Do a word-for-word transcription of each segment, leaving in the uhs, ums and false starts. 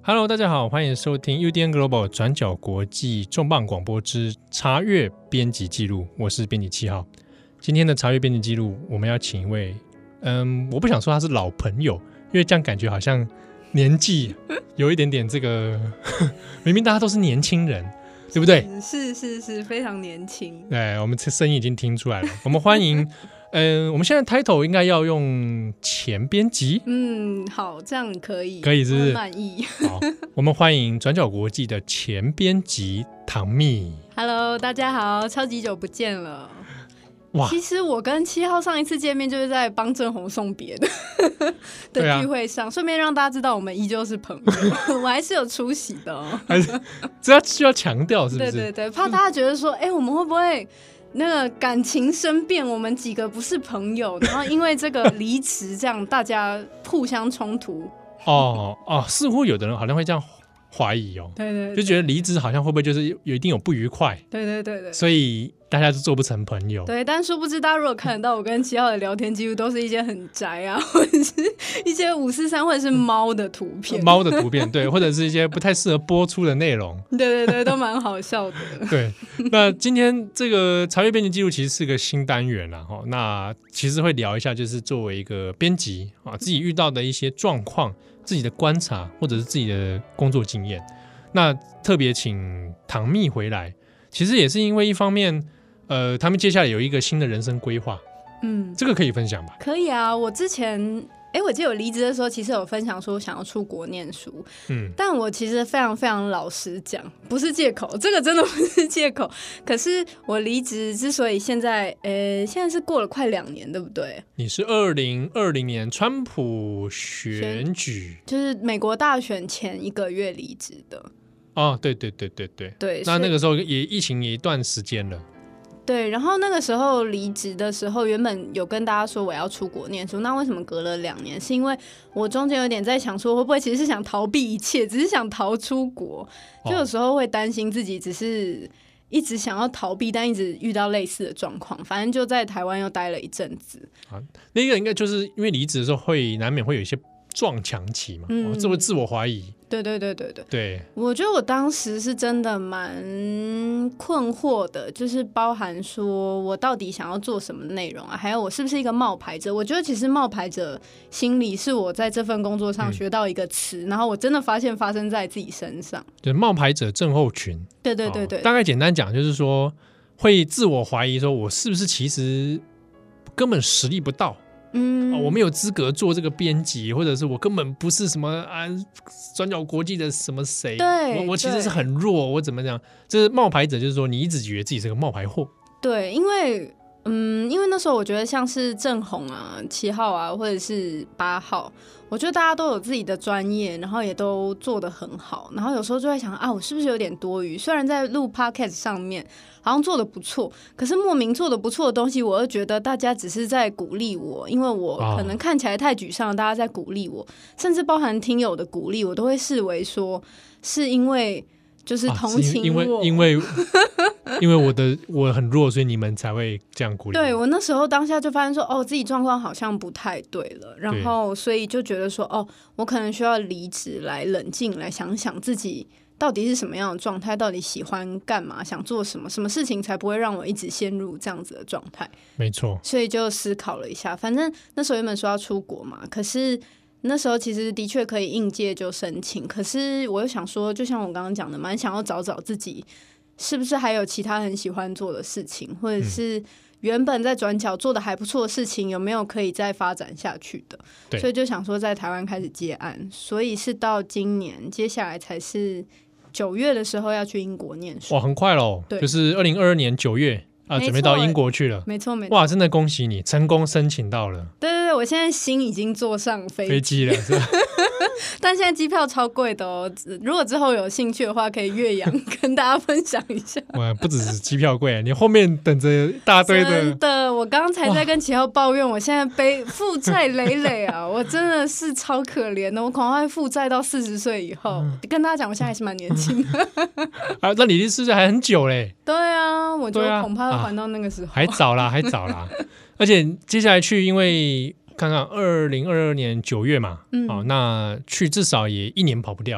Hello， 大家好，欢迎收听 U D N Global 转角国际重磅广播之查阅编辑记录，我是编辑七号。今天的查阅编辑记录，我们要请一位，嗯，我不想说他是老朋友，因为这样感觉好像年纪有一点点这个，明明大家都是年轻人，对不对？ 是是是，非常年轻。 对，我们这声音已经听出来了。我们欢迎。呃，我们现在 title 应该要用前编辑， 嗯，好，这样可以， 可以是不是？ 我满意。 好，我们欢迎转角国际的前编辑唐蜜。 Hello， 大家好，超级久不见了。 哇， 其实我跟七号上一次见面就是在帮郑红送别的的聚会上，顺、啊、便让大家知道我们依旧是朋友，我还是有出席的哦。 还是这要需要强调是不是？ 对对对，怕大家觉得说，哎、欸，我们会不会？那个感情生变，我们几个不是朋友，然后因为这个离职，这样大家互相冲突。 哦哦，似乎有的人好像会这样怀疑哦， 对 对, 对， 就觉得离职好像会不会就是有一定有不愉快？ 对对对对， 所以大家就做不成朋友。 对，但殊不知大家如果看得到我跟七号的聊天记录，都是一些很宅啊，或者是一些五四三或者是猫的图片， 猫的图片，对，或者是一些不太适合播出的内容。 对对对，都蛮好笑的。 对，那今天这个查阅编辑记录其实是个新单元啦，那其实会聊一下，就是作为一个编辑啊，自己遇到的一些状况、自己的观察，或者是自己的工作经验。那特别请唐蜜回来，其实也是因为一方面，呃，他们接下来有一个新的人生规划，嗯，这个可以分享吧？ 可以啊，我之前，哎，我记得我离职的时候，其实有分享说想要出国念书，嗯，但我其实非常非常老实讲，不是借口，这个真的不是借口。可是我离职之所以现在，呃，现在是过了快两年，对不对？ 你是二零二零年川普选举， 就是美国大选前一个月离职的。 哦，对对对对对对， 那那个时候也疫情也一段时间了。 对，然后那个时候离职的时候，原本有跟大家说我要出国念书，那为什么隔了两年？是因为我中间有点在想说，会不会其实是想逃避一切，只是想逃出国，就有时候会担心自己只是一直想要逃避，但一直遇到类似的状况，反正就在台湾又待了一阵子。 啊，那个应该就是因为离职的时候会难免会有一些撞墙期嘛，嗯，这会自我怀疑。 对对对对对， 对， 我觉得我当时是真的蛮困惑的，就是包含说我到底想要做什么内容啊，还有我是不是一个冒牌者。我觉得其实冒牌者心理是我在这份工作上学到一个词，嗯，然后我真的发现发生在自己身上，就是冒牌者症候群。 对对对对， 哦，大概简单讲就是说会自我怀疑说我是不是其实根本实力不到，嗯，哦，我没有资格做这个编辑，或者是我根本不是什么啊转角国际的什么谁， 对， 我我其实是很弱，我怎么讲？这是冒牌者，就是说你一直觉得自己是个冒牌货。 对，因为嗯，因为那时候我觉得像是郑红啊、七号啊，或者是八号，我觉得大家都有自己的专业，然后也都做得很好，然后有时候就会想啊，我是不是有点多余？虽然在录 podcast 上面好像做得不错，可是莫名做得不错的东西，我又觉得大家只是在鼓励我，因为我可能看起来太沮丧，大家在鼓励我，甚至包含听友的鼓励，我都会视为说是因为就是同情我， 啊，因为因为因为我的我很弱，所以你们才会这样鼓励我。 对，我那时候当下就发现说，哦，自己状况好像不太对了，然后所以就觉得说，哦，我可能需要离职来冷静，来想想自己到底是什么样的状态，到底喜欢干嘛，想做什么，什么事情才不会让我一直陷入这样子的状态。 没错， 所以就思考了一下，反正那时候原本说要出国嘛，可是那时候其实的确可以应届就申请，可是我又想说，就像我刚刚讲的，蛮想要找找自己是不是还有其他很喜欢做的事情，或者是原本在转角做的还不错的事情，有没有可以再发展下去的。所以就想说在台湾开始接案，所以是到今年接下来才是九月的时候要去英国念书。 哇，很快咯，就是二零二二年九月啊，准备到英国去了。 没错没错， 哇，真的恭喜你成功申请到了。 对对对，我现在心已经坐上飞机飞机了是吧但现在机票超贵的哦，如果之后有兴趣的话可以越洋跟大家分享一下。 哇，不只是机票贵，你后面等着一大堆的。 真的，我刚才在跟齐浩抱怨我现在背负债累累啊我真的是超可怜的，我恐怕会负债到四十岁以后、嗯、跟大家讲我现在还是蛮年轻的啊，那你离四十岁还很久嘞。 对啊，我觉得恐怕会还到那个时候、啊啊、还早啦还早啦而且接下来去，因为看看二零二二年九月嘛、嗯哦、那去至少也一年跑不掉。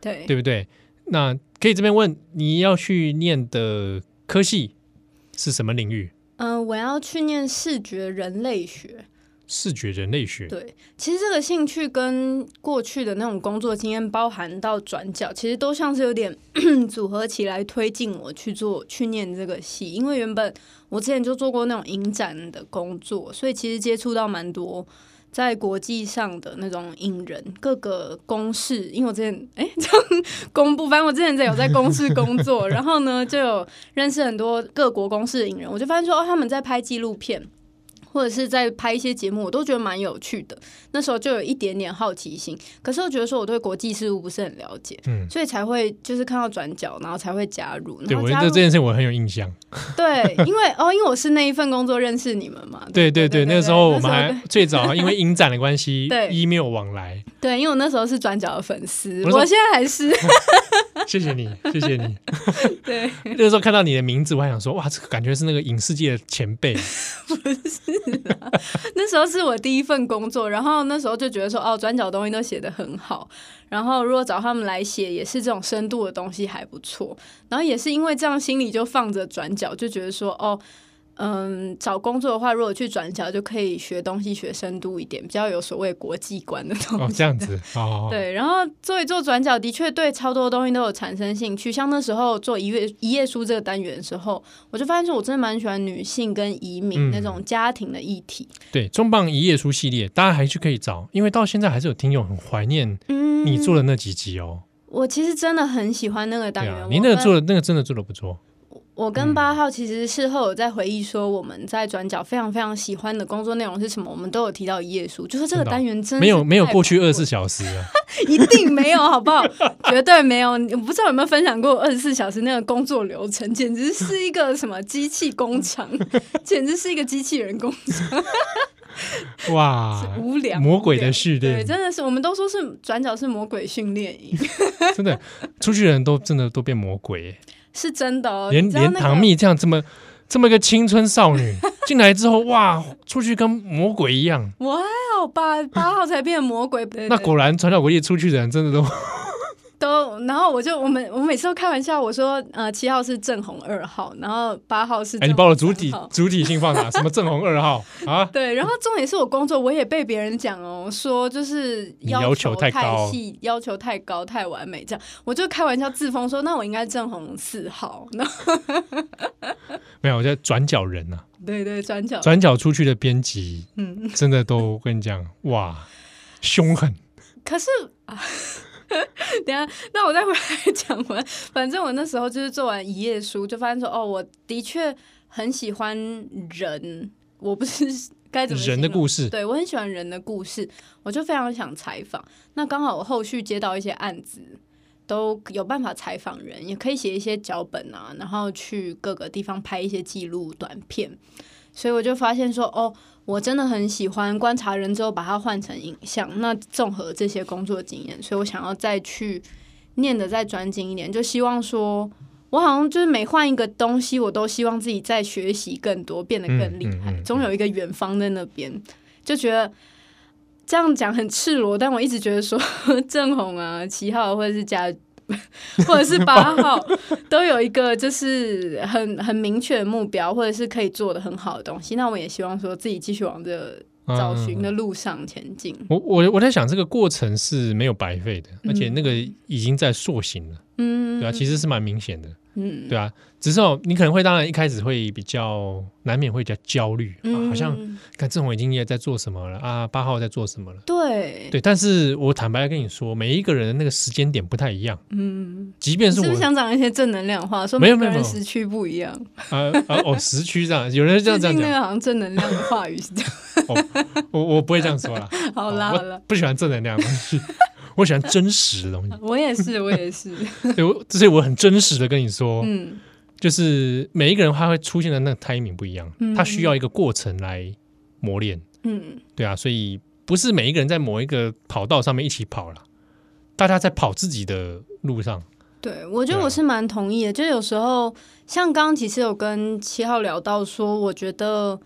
对对不对？那可以这边问你要去念的科系是什么领域？ 嗯、呃，我要去念视觉人类学。 视觉人类学。 对，其实这个兴趣跟过去的那种工作经验，包含到转角，其实都像是有点组合起来推进我去做去念这个系。因为原本我之前就做过那种影展的工作，所以其实接触到蛮多在国际上的那种影人，各个公视。因为我之前哎这样公布，反正我之前有在公视工作，然后呢就有认识很多各国公视的影人，我就发现说哦，他们在拍纪录片。或者是在拍一些节目，我都觉得蛮有趣的。那时候就有一点点好奇心，可是我觉得说我对国际事务不是很了解，嗯，所以才会就是看到转角，然后才会加入。 对，我觉得这件事我很有印象。 对，因为哦，因为我是那一份工作认识你们嘛。 对对 对, 对, 对, 对, 对，那个时候我们还最早因为影展的关系对 ，email 往来。 对，因为我那时候是转角的粉丝，我, 我现在还是。 谢谢你，谢谢你。 对， 那时候看到你的名字，我还想说，哇，这个感觉是那个影视界的前辈。 不是啦，那时候是我第一份工作，然后那时候就觉得说，哦，转角东西都写得很好，然后如果找他们来写，也是这种深度的东西还不错。然后也是因为这样，心里就放着转角，就觉得说，哦。嗯，找工作的话，如果去转角就可以学东西，学深度一点，比较有所谓国际观的东西。 哦，这样子哦。 对，然后做一做转角，的确对超多东西都有产生兴趣。像那时候做一页一页书这个单元的时候，我就发现说我真的蛮喜欢女性跟移民、嗯、那种家庭的议题。 对，重磅一页书系列，大家还是可以找，因为到现在还是有听友很怀念你做的那几集哦。 嗯、我其实真的很喜欢那个单元， 啊、你那个做的那个真的做的不错。 我跟八号其实事后有在回忆说，我们在转角非常非常喜欢的工作内容是什么，我们都有提到一页书，就是这个单元真的没有没有过去二十四小时啊， 一定没有，好不好？绝对没有。我不知道有没有分享过二十四小时那个工作流程，简直是一个什么机器工厂，简直是一个机器人工厂。 哇， 无聊魔鬼的训练， 对，真的是，我们都说是转角是魔鬼训练营， 真的，出去的人都真的都变魔鬼耶。 是真的哦， 连、那个、连唐蜜这样这么这么一个青春少女进来之后，哇，出去跟魔鬼一样。 我还好吧，八号才变魔鬼。对对对， 那果然转角国际出去的人真的都都，然后我就我们我每次都开玩笑，我说呃七号是正红二号，然后八号是正红三号。哎， 你把我主体主体性放哪？什么正红二号啊？ 对，然后重点是我工作，我也被别人讲哦，说就是要求太细，要求太高，太完美，这样我就开玩笑自封说，那我应该正红四号。没有， 我在转角人啊。 对对，转角转角出去的编辑，嗯，真的都跟你讲，哇，凶狠。 可是啊。等一下，那我再回来讲完。反正我那时候就是做完一页书，就发现说，哦，我的确很喜欢人，我不是该怎么形容人的故事， 对我很喜欢人的故事，我就非常想采访。那刚好我后续接到一些案子，都有办法采访人，也可以写一些脚本啊，然后去各个地方拍一些记录短片。所以我就发现说，哦，我真的很喜欢观察人之后把它换成影像。那综合这些工作经验，所以我想要再去念的再专精一点，就希望说我好像就是每换一个东西，我都希望自己再学习更多，变得更厉害。嗯嗯嗯、总有一个远方在那边，就觉得这样讲很赤裸，但我一直觉得说正红啊、七号或者是家。或者是八号都有一个就是很很明确的目标，或者是可以做的很好的东西。那我也希望说自己继续往这找寻的路上前进。嗯、 我我我在想，这个过程是没有白费的，而且那个已经在塑形了。嗯，对啊，其实是蛮明显的。嗯，对啊，只是哦，你可能会当然一开始会比较难免会比较焦虑、嗯啊、好像看正红已经也在做什么了啊，八号在做什么了， 对对，但是我坦白跟你说，每一个人的那个时间点不太一样，嗯，即便是我是不是想讲一些正能量话，说每个人时区不一样， 啊啊哦，时区这样，有人这样这样讲， 那个好像正能量的话语是这样， 哦、我我不会这样说啦， 好啦好啦， 不喜欢正能量的东西。我喜欢真实的东西， 我也是，我也是。 对，我所以我很真实的跟你说，嗯，就是每一个人他会出现的那个 timing 不一样，嗯、他需要一个过程来磨练，嗯，对啊，所以不是每一个人在某一个跑道上面一起跑了，大家在跑自己的路上。 对，我觉得我是蛮同意的，就有时候像刚刚其实有跟七号聊到说，我觉得。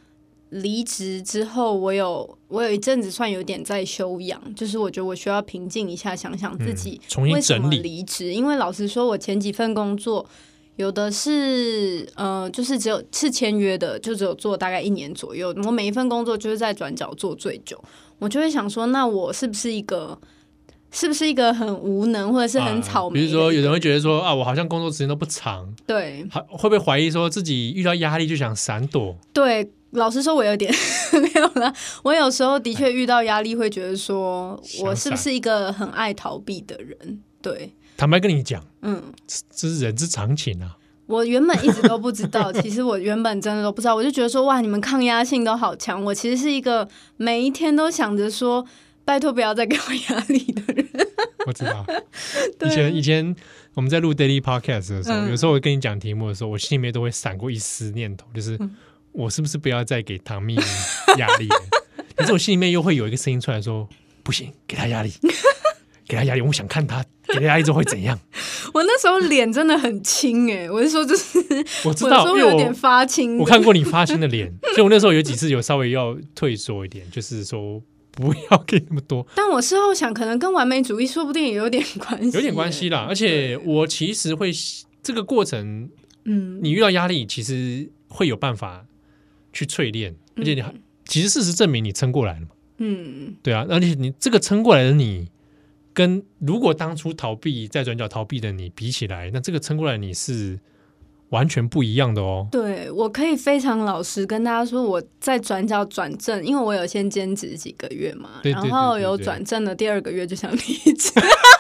离职之后，我有我有一阵子算有点在休养，就是我觉得我需要平静一下，想想自己为什么离职。嗯、因为老实说，我前几份工作有的是呃，就是只有是签约的，就只有做大概一年左右。我每一份工作就是在转角做最久，我就会想说，那我是不是一个？是不是一个很无能或者是很草莓、啊？ 比如说，有人会觉得说啊，我好像工作时间都不长， 对， 会不会怀疑说自己遇到压力就想闪躲？ 对，老实说，我有点没有啦。我有时候的确遇到压力，会觉得说我是不是一个很爱逃避的人？对， 坦白跟你讲， 嗯， 这是人之常情啊。 我原本一直都不知道，其实我原本真的都不知道，我就觉得说哇，你们抗压性都好强。我其实是一个每一天都想着说。拜托不要再给我压力的人。 我知道，以前以前我们在录 Daily Podcast 的时候，嗯、有时候我跟你讲题目的时候，我心里面都会闪过一丝念头，就是、嗯、我是不是不要再给唐蜜压力了？可是我心里面又会有一个声音出来说，不行，给他压力，给他压力，我想看他给他压力之后会怎样。 我那时候脸真的很青哎、欸，我是说就是我知道， 我有点发青我，我看过你发青的脸，所以我那时候有几次有稍微要退缩一点，就是说。不要给那么多， 但我事后想，可能跟完美主义说不定也有点关系， 有点关系啦。而且我其实会这个过程，嗯，你遇到压力，其实会有办法去淬炼，而且你、嗯、其实事实证明你撑过来了嘛，嗯，对啊，而且你这个撑过来的你，跟如果当初逃避在转角逃避的你比起来，那这个撑过来的你是。完全不一样的哦。 对，我可以非常老实跟大家说，我在转角转正，因为我有先兼职几个月嘛， 对对对对对， 然后有转正的第二个月就想离职，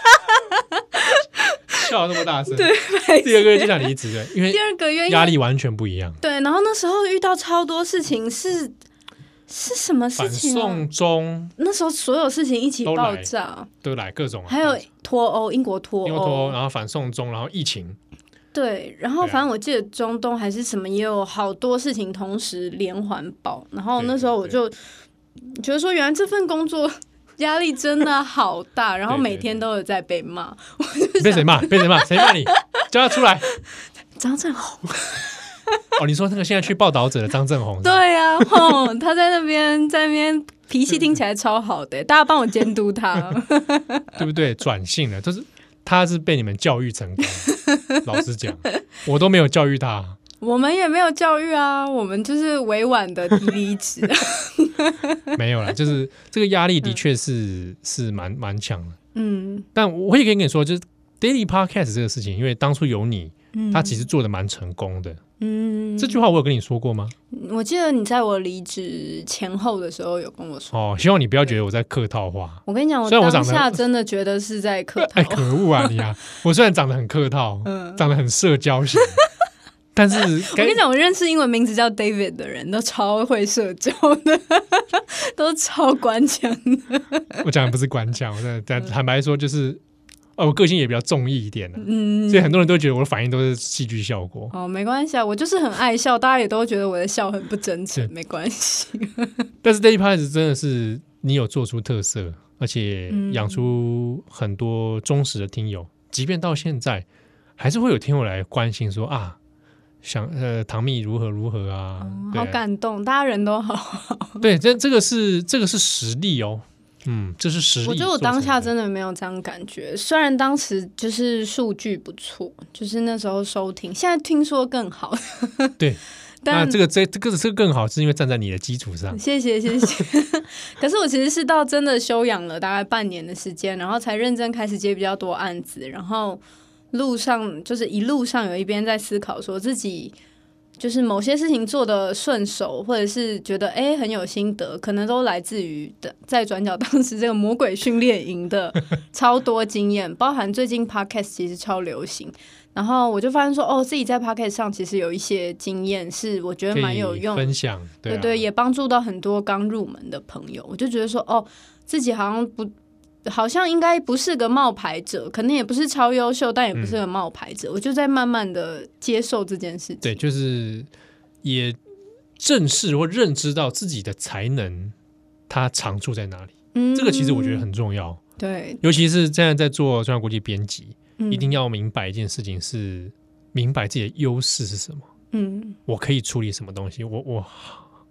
笑那么大声， 对， 第二个月就想离职了，因为第二个月压力完全不一样。 对，然后那时候遇到超多事情是。是什么事情、啊？ 反送中那时候所有事情一起爆炸， 都 来, 都来各种、啊， 还有脱欧，英国脱欧， 英国脱欧，然后反送中，然后疫情。 对，然后反正我记得中东还是什么，也有好多事情同时连环爆。然后那时候我就觉得说，原来这份工作压力真的好大，然后每天都有在被骂。 被谁骂？被谁骂？谁骂你？叫他出来。 张正宏。 哦，你说那个现在去报道者的张正宏？ 对呀、啊哦，他在那边在那边脾气听起来超好的，大家帮我监督他， 对不对？转性了，就是他是被你们教育成功。老实讲，我都没有教育他， 我们也没有教育啊，我们就是委婉的提离职。 没有啦，就是这个压力的确是、嗯、是蛮蛮强的。嗯，但我也可以跟你说，就是 Daily Podcast 这个事情，因为当初有你。嗯、他其实做的蛮成功的。嗯，这句话我有跟你说过吗？ 我记得你在我离职前后的时候有跟我说。 哦，希望你不要觉得我在客套话。 我跟你讲，我当下真的觉得是在客套。 哎，可恶啊你啊！我虽然长得很客套，嗯、长得很社交型，但是我跟你讲，我认识英文名字叫 David 的人都超会社交的，都超官腔的。 我讲的不是官腔，我真的坦白说就是。哦，我个性也比较重义一点、啊嗯、所以很多人都觉得我的反应都是戏剧效果。 哦，没关系啊，我就是很爱笑，大家也都觉得我的笑很不真诚，没关系。 但是 Daily Podcast 真的是你有做出特色，而且养出很多忠实的听友，嗯、即便到现在，还是会有听友来关心说啊，想呃唐蜜如何如何啊， 哦、好感动，大家人都好好。 对，这这个是这个是实力哦。嗯，这是实力。 我觉得我当下真的没有这样感觉，虽然当时就是数据不错，就是那时候收听，现在听说更好。 对，但那这个这这个这个更好，是因为站在你的基础上。 谢谢谢谢。可是我其实是到真的休养了大概半年的时间，然后才认真开始接比较多案子，然后路上就是一路上有一边在思考说自己。就是某些事情做得顺手，或者是觉得哎很有心得，可能都来自于在转角当时这个魔鬼训练营的超多经验，包含最近 podcast 其实超流行，然后我就发现说哦，自己在 podcast 上其实有一些经验是我觉得蛮有用分享，对、啊、 对对，也帮助到很多刚入门的朋友，我就觉得说哦，自己好像不。好像应该不是个冒牌者，可能也不是超优秀，但也不是个冒牌者、嗯、我就在慢慢的接受这件事情。 对，就是也正视或认知到自己的才能它长处在哪里、嗯、这个其实我觉得很重要。 对， 尤其是现在在做中央国际编辑、嗯、一定要明白一件事情，是明白自己的优势是什么。嗯，我可以处理什么东西，我我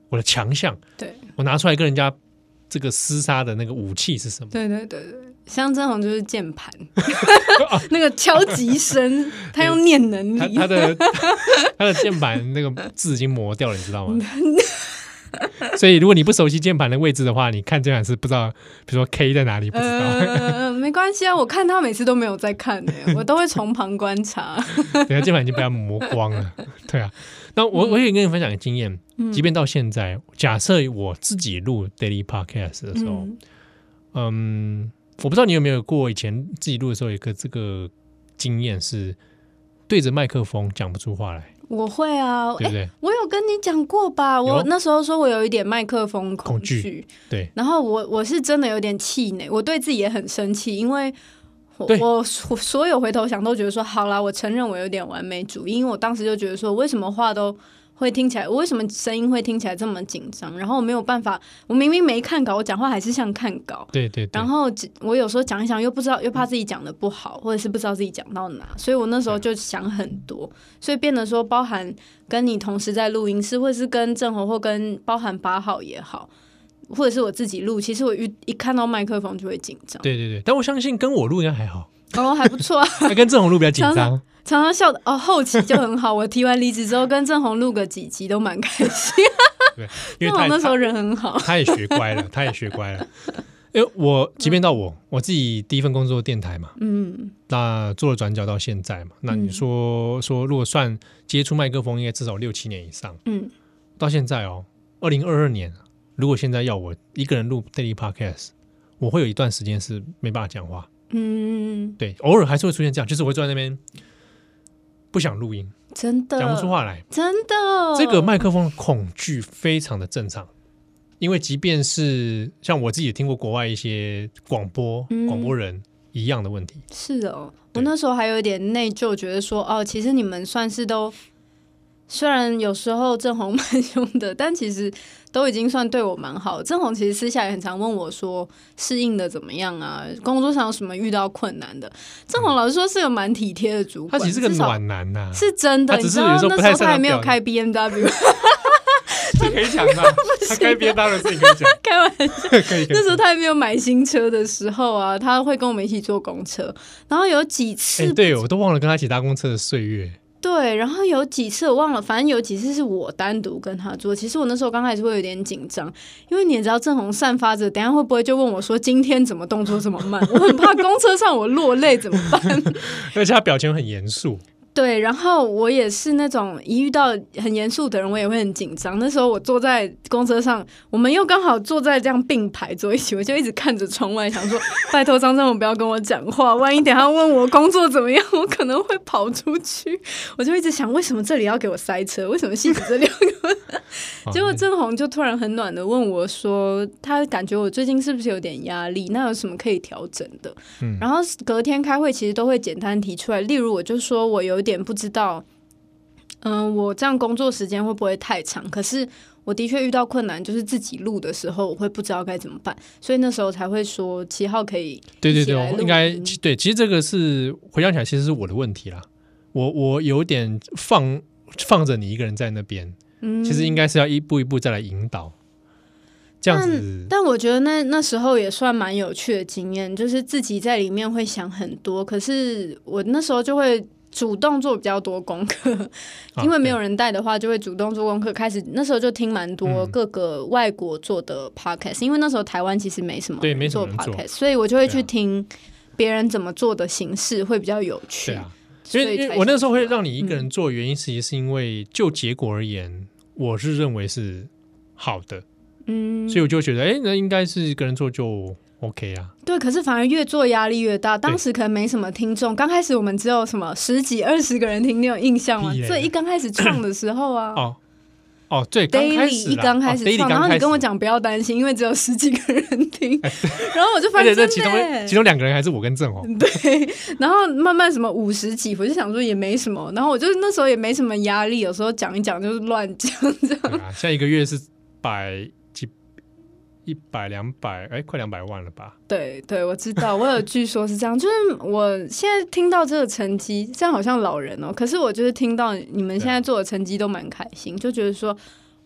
我的强项， 对， 我拿出来跟人家这个厮杀的那个武器是什么？ 对对对对，像郑弘就是键盘，那个敲击声，他用念能力， 他他的他的键盘那个字已经磨掉了，你知道吗？所以如果你不熟悉键盘的位置的话，你看键盘是不知道，比如说 K 在哪里，不知道。 呃，没关系啊，我看他每次都没有在看的，我都会从旁观察。 对，键盘已经被他磨光了。对啊，那我我也跟你分享个经验， 嗯即便到现在，假设我自己录 daily podcast 的时候，嗯。嗯我不知道你有没有过以前自己录的时候有一个这个经验是对着麦克风讲不出话来。 我会啊， 对不对？ 我有跟你讲过吧？我那时候说我有一点麦克风恐惧， 对。 然后我我是真的有点气馁，我对自己也很生气，因为我我我所有回头想都觉得说，好啦，我承认我有点完美主义，因为我当时就觉得说，为什么话都会听起来，我为什么声音会听起来这么紧张？然后我没有办法，我明明没看稿，我讲话还是像看稿。 对对对。 然后我有时候讲一讲，又不知道，又怕自己讲的不好，或者是不知道自己讲到哪，所以我那时候就想很多，所以变得说，包含跟你同时在录音室，或者是跟郑弘，或跟包含八号也好，或者是我自己录，其实我一一看到麦克风就会紧张。 对对对，但我相信跟我录应该还好。 哦，还不错啊。 跟郑弘录比较紧张。 常常笑的哦，后期就很好。我提完离职之后，跟郑弘录个几集都蛮开心。 对，因为郑弘那时候人很好， 他也学乖了，他也学乖了。因为我即便到我、嗯、我自己第一份工作电台嘛，嗯，那做了转角到现在嘛，那你说、嗯、说如果算接触麦克风，应该至少六七年以上，嗯，到现在哦，二零二二年，如果现在要我一个人录 daily podcast， 我会有一段时间是没办法讲话，嗯，对，偶尔还是会出现这样，就是我会坐在那边。不想录音， 真的讲不出话来， 真的。 这个麦克风的恐惧非常的正常，因为即便是像我自己也听过国外一些广播、嗯、广播人一样的问题。 是哦，我那时候还有一点内疚，觉得说哦，其实你们算是都，虽然有时候郑弘蛮凶的，但其实都已经算对我蛮好。郑弘其实私下也很常问我说适应的怎么样啊，工作上有什么遇到困难的。郑弘老实说是个蛮体贴的主管， 他其实是个暖男呐、啊， 是真的。 他只是有时候不太擅长表演， 那时候他还没有开 B M W。 是可以讲的，他开 B M W 的事情可以讲， 开玩笑。可以那时候他还没有买新车的时候啊，他会跟我们一起坐公车，然后有几次， 欸、对我都忘了跟他一起搭公车的岁月。 对，然后有几次我忘了，反正有几次是我单独跟他做。其实我那时候刚开始会有点紧张，因为你也知道郑弘散发着，等一下会不会就问我说今天怎么动作这么慢？我很怕公车上我落泪怎么办？ 而且他表情很严肃。 对，然后我也是那种一遇到很严肃的人，我也会很紧张。那时候我坐在公车上，我们又刚好坐在这样并排坐一起，我就一直看着窗外，想说拜托张正宏不要跟我讲话，万一等一下问我工作怎么样，我可能会跑出去。我就一直想，为什么这里要给我塞车？为什么戏子这里要给我？结果郑弘就突然很暖的问我说，他感觉我最近是不是有点压力？那有什么可以调整的？嗯、然后隔天开会其实都会简单提出来，例如我就说我有点不知道，嗯、呃，我这样工作时间会不会太长？可是我的确遇到困难，就是自己录的时候，我会不知道该怎么办，所以那时候才会说七号可以。 对对对，应该对。其实这个是回想起来，其实是我的问题啦。我我有点放放着你一个人在那边，嗯，其实应该是要一步一步再来引导。这样子， 但, 但我觉得那那时候也算蛮有趣的经验，就是自己在里面会想很多，可是我那时候就会主动做比较多功课，因为没有人带的话，就会主动做功课。开始那时候就听蛮多各个外国做的 podcast，、嗯、因为那时候台湾其实没什么人做 podcast， 所以我就会去听别人怎么做的形式，会比较有趣。 对啊，因为, 因为我那时候会让你一个人做，原因其实是因为就结果而言，我是认为是好的。嗯，所以我就觉得，哎、欸，那应该是一个人做就 OK 啊。 对，可是反而越做压力越大。当时可能没什么听众，刚开始我们只有什么十几、二十个人听，你有印象吗？所以一刚开始创的时候啊， 哦哦，对 ，Daily 一刚开始创、哦，然后你跟我讲不要担心，因为只有十几个人听，然后我就发现， 而且其中其中两个人还是我跟郑弘。 对，然后慢慢什么五十几，我就想说也没什么，然后我就那时候也没什么压力，有时候讲一讲就是乱讲这样。 对啊，现在一个月是百。一百两百，哎，快两百万了吧？ 对对，我知道，我有据说是这样。就是我现在听到这个成绩，这样好像老人哦。可是我就是听到你们现在做的成绩都蛮开心，就觉得说，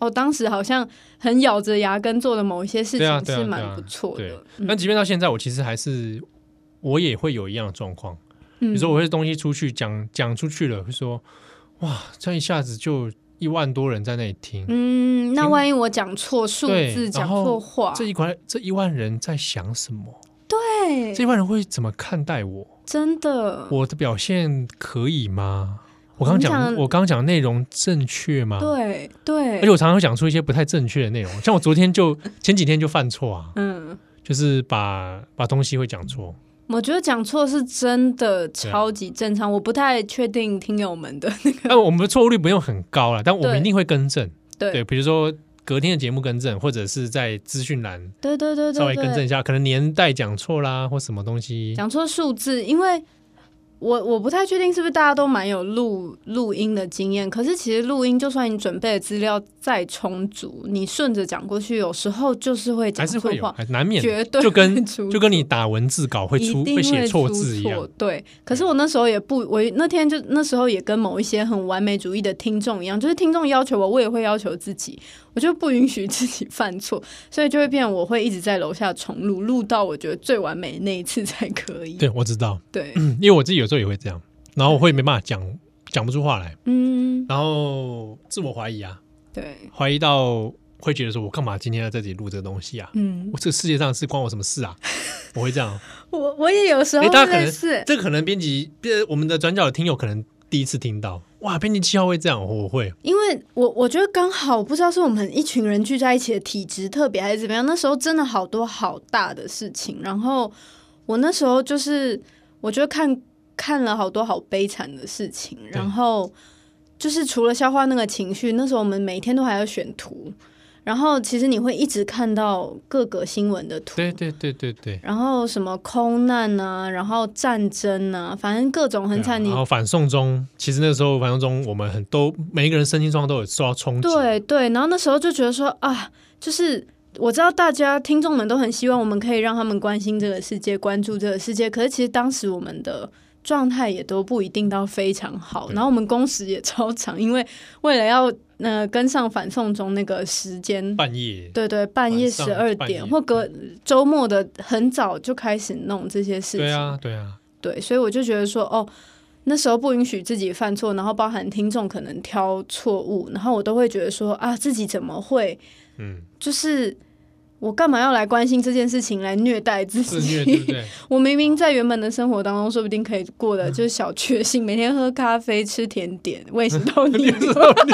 哦，当时好像很咬着牙根做的某一些事对啊情是蛮对啊对啊不错的。 对， 嗯但即便到现在，我其实还是我也会有一样的状况。比如说，我会东西出去讲讲出去了，会说哇，这一下子就一万多人在那里听， 嗯，那万一我讲错数对字，讲然后错话， 这一万这一万人在想什么？ 对， 这一万人会怎么看待我？ 真的， 我的表现可以吗？我刚刚讲， 你讲我刚刚讲的内容正确吗？ 对对， 而且我常常会讲出一些不太正确的内容，像我昨天就前几天就犯错啊， 嗯， 就是把把东西会讲错。 我觉得讲错是真的超级正常，我不太确定听友们的那个， 但我们的错误率不用很高啦，但我们对一定会更正。 对对，比如说隔天的节目更正，或者是在资讯栏对对对稍微对对， 更正一下，可能年代讲错啦，或什么东西。 讲错数字，因为。我我不太确定是不是大家都蛮有录录音的经验，可是其实录音就算你准备的资料再充足，你顺着讲过去，有时候就是会讲还是会有， 错话， 还难免的， 绝对就跟会出就跟你打文字稿会出一定写错出字一样错。。对，可是我那时候也不，我那天就那时候也跟某一些很完美主义的听众一样，就是听众要求我，我也会要求自己，我就不允许自己犯错，所以就会变成我会一直在楼下重录，录到我觉得最完美的那一次才可以。 对，我知道， 对， 嗯因为我自己有时候也会这样，然后我会没办法讲讲不出话来， 嗯， 然后自我怀疑啊， 对， 怀疑到会觉得说，我干嘛今天要在这里录这个东西啊？ 嗯我，这个世界上是关我什么事啊？我会这样。 我我也有时候哎，大家可能类似， 这个可能编辑，呃我们的转角的听友可能第一次听到，哇，编辑七号会这样，我会。 因为我我觉得刚好不知道是我们一群人聚在一起的体质特别还是怎么样，那时候真的好多好大的事情，然后我那时候就是我觉得看看了好多好悲惨的事情，然后就是除了消化那个情绪，那时候我们每天都还要选图，然后其实你会一直看到各个新闻的图， 对对对对对。 然后什么空难啊，然后战争啊，反正各种很惨，你对啊然后反送中，其实那个时候反送中，我们很都每一个人身心状况都有受到冲击。 对对，然后那时候就觉得说啊，就是我知道大家听众们都很希望我们可以让他们关心这个世界，关注这个世界，可是其实当时我们的状态也都不一定到非常好， 对然后我们工时也超长，因为为了要呃跟上反送中那个时间。 半夜。 对对，半夜晚上十二半夜点或隔周末的很早就开始弄这些事情。 对啊，对啊， 对，所以我就觉得说，哦，那时候不允许自己犯错，然后包含听众可能挑错误，然后我都会觉得说，啊，自己怎么会， 嗯， 就是我干嘛要来关心这件事情，来虐待自自虐对不己？ 对？ 我明明在原本的生活当中，说不定可以过得就是小确幸，每天喝咖啡、吃甜点、胃食道逆流。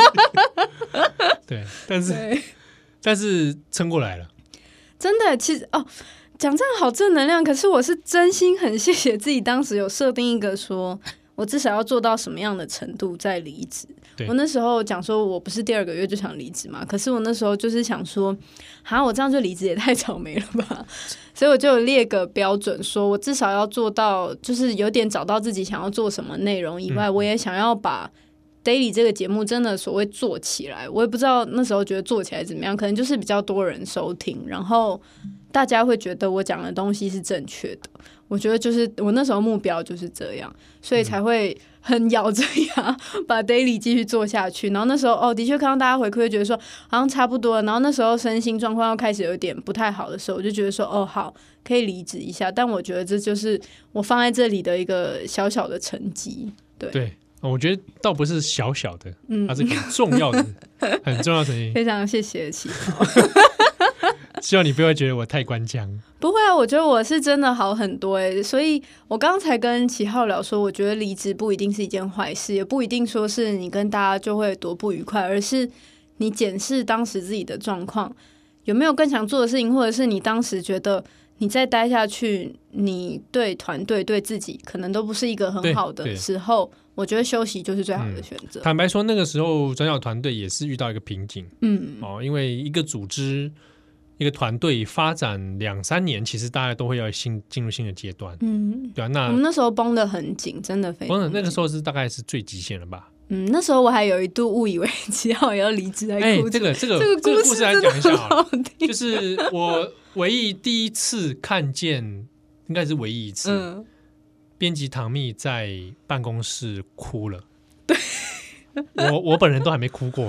对，但是对， 但是撑过来了。 真的，其实哦。讲这样好正能量，可是我是真心很谢谢自己，当时有设定一个说，我至少要做到什么样的程度再离职。我那时候讲说，我不是第二个月就想离职嘛，可是我那时候就是想说，哈，我这样就离职也太草莓了吧，所以我就有列个标准，说我至少要做到，就是有点找到自己想要做什么内容以外，嗯、我也想要把Daily 这个节目真的所谓做起来。我也不知道那时候觉得做起来怎么样，可能就是比较多人收听，然后大家会觉得我讲的东西是正确的。我觉得就是我那时候目标就是这样，所以才会很咬着牙把 Daily 继续做下去。然后那时候哦，的确看到大家回馈，会觉得说好像差不多了。然后那时候身心状况要开始有点不太好的时候，我就觉得说哦，好，可以离职一下。但我觉得这就是我放在这里的一个小小的成绩。对对，我觉得倒不是小小的，嗯，它是很重要的、很重要的成绩。 非常谢谢启豪。 希望你不要觉得我太官腔。 不会啊，我觉得我是真的好很多哎、欸，所以我刚才跟启浩聊说，我觉得离职不一定是一件坏事，也不一定说是你跟大家就会多不愉快，而是你检视当时自己的状况，有没有更想做的事情，或者是你当时觉得你再待下去，你对团队对自己可能都不是一个很好的时候，我觉得休息就是最好的选择、嗯。 坦白说，那个时候转角团队也是遇到一个瓶颈， 嗯， 哦，因为一个组织。一个团队发展两三年，其实大家都会要新进入新的阶段，嗯，对啊。那我们那时候绷得很紧，真的非常紧。 那个时候是大概是最极限了吧？ 嗯，那时候我还有一度误以为七号也要离职，来哭、 欸。这个这个这个故事来讲一下好了， 听就是我唯一第一次看见，应该是唯一一次，嗯、编辑唐蜜在办公室哭了。 对， 我我本人都还没哭过。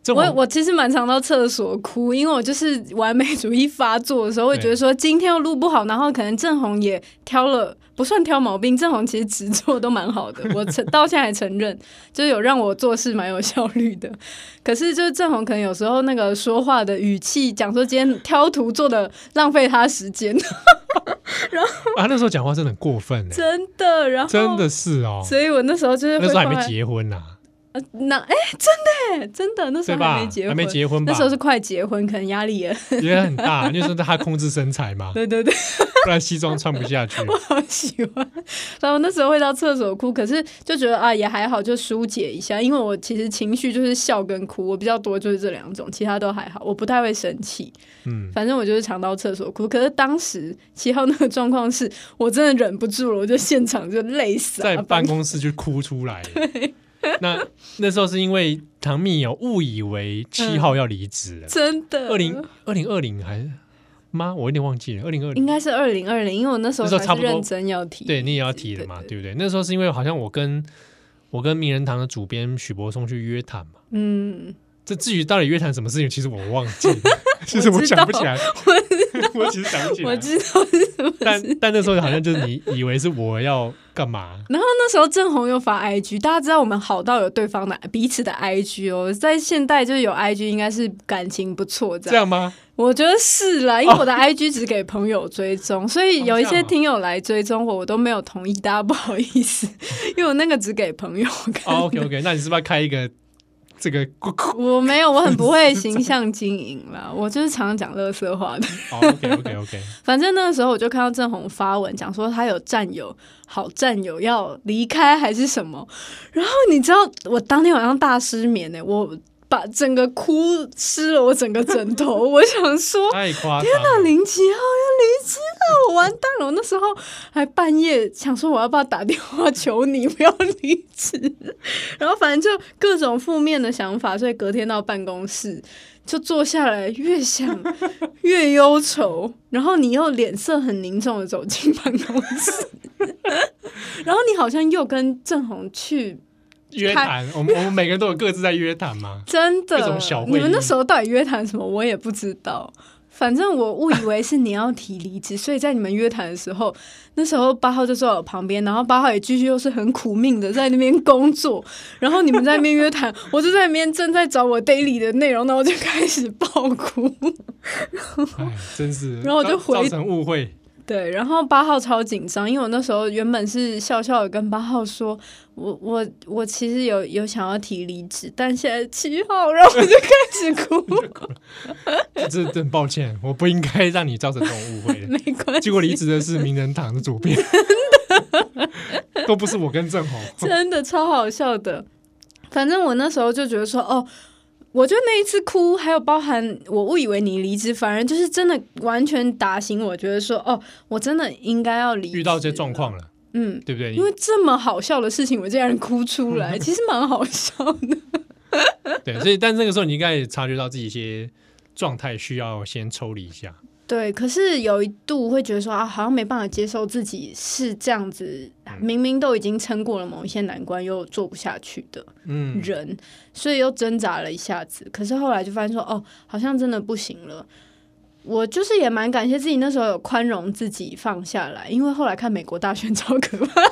我我其实蛮常到厕所哭，因为我就是完美主义发作的时候，会觉得说今天又录不好，然后可能郑弘也挑了，不算挑毛病，郑弘其实只做都蛮好的，我到现在还承认，就是有让我做事蛮有效率的。可是就是郑弘可能有时候那个说话的语气，讲说今天挑图做的浪费他时间，然后啊那时候讲话真的很过分、欸， 真的，然后真的是哦， 所以我那时候就是那时候还没结婚呐、啊。 呃，那哎、欸，真的，真的，那时候还没结婚， 还没结婚吧？ 那时候是快结婚，可能压力也也很大，因为说他控制身材嘛， 对对对， 不然西装穿不下去。 我好喜欢，然后那时候会到厕所哭，可是就觉得啊也还好，就疏解一下，因为我其实情绪就是笑跟哭，我比较多就是这两种，其他都还好，我不太会生气，嗯，反正我就是常到厕所哭。可是当时七号那个状况是我真的忍不住了，我就现场就泪洒， 在办公室就哭出来。对。那那时候是因为唐蜜有误以为七号要离职了、嗯， 真的。 二零二零二零还是吗？我有点忘记了。二零二零应该是二零二零，因为我那时候才是认真要提。 对，你也要提的嘛， 对, 对, 对, 对不对？那时候是因为好像我跟我跟名人堂的主编许柏松去约谈嘛。嗯。这至于到底约谈什么事情，其实我忘记了，其实我想不起来。我, 我其实想不起来。 我知道是什么， 但但那时候好像就是你以为是我要干嘛， 然后那时候郑弘又发 I G， 大家知道我们好到有对方的彼此的 I G 哦，在现代就是有 I G 应该是感情不错这样。 这样吗？ 我觉得是啦，因为我的 I G 只给朋友追踪，哦、所以有一些听友来追踪我，我都没有同意，大家不好意思，因为我那个只给朋友看。 哦、OK OK， 那你是不是要开一个？这个我没有，我很不会形象经营啦，我就是常常讲垃圾话的。 哦、OK OK OK， 反正那个时候我就看到郑弘发文讲说他有战友，好战友要离开还是什么，然后你知道我当天晚上大失眠呢、欸，我把整个哭湿了我整个枕头，我想说太夸张， 天哪，零七号要离职了，我完蛋了！我那时候还半夜想说我要不要打电话求你不要离职，然后反正就各种负面的想法，所以隔天到办公室就坐下来，越想越忧愁，然后你又脸色很凝重的走进办公室，然后你好像又跟郑弘去。 约谈，我们我们每个人都有各自在约谈吗？ 真的， 各种小会议， 你们那时候到底约谈什么？我也不知道。反正我误以为是你要提离职，所以在你们约谈的时候，那时候八号就坐在我旁边，然后八号也继续又是很苦命的在那边工作，然后你们在那边约谈，我就在那边正在找我 daily 的内容，然后我就开始爆哭， 哎，真是， 然后我就回造成误会。 对，然后八号超紧张，因为我那时候原本是笑笑的跟八号说，我我我其实有有想要提离职，但现在七号，然后我就开始哭。 这很抱歉，我不应该让你造成这种误会。 没关系， 结果离职的是名人堂的主编，都不是我跟郑弘， 真的超好笑的。反正我那时候就觉得说，哦。我觉得那一次哭，还有包含我误以为你离职，反而就是真的完全打醒我，觉得说哦，我真的应该要离职。 遇到这些状况了，嗯，对不对？ 因为这么好笑的事情，我竟然哭出来，其实蛮好笑的。 对，所以但那个时候你应该也察觉到自己一些状态需要先抽离一下。 对，可是有一度会觉得说啊，好像没办法接受自己是这样子，明明都已经撑过了某一些难关，又做不下去的人，嗯、所以又挣扎了一下子。可是后来就发现说，哦，好像真的不行了。我就是也蛮感谢自己那时候有宽容自己放下来，因为后来看美国大选超可怕。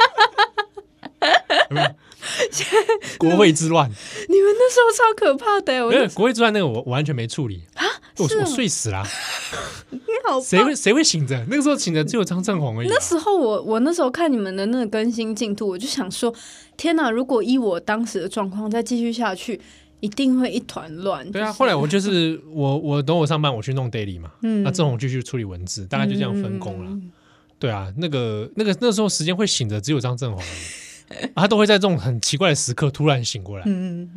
有没有国会之乱？ 你们那时候超可怕的、欸！我没有国会之乱那个我，我完全没处理啊！我我睡死啦、啊！ 你好， 谁会谁会醒着？那个时候醒着只有张正宏而已、啊。 那时候我我那时候看你们的那个更新进度，我就想说，天哪！如果依我当时的状况再继续下去，一定会一团乱。 对啊，后来我就是我我等我上班，我去弄 daily 嘛，嗯，那正宏继续处理文字，大概就这样分工了。嗯、对啊，那个那个那时候时间会醒着只有张正宏而已。啊、他都会在这种很奇怪的时刻突然醒过来，嗯，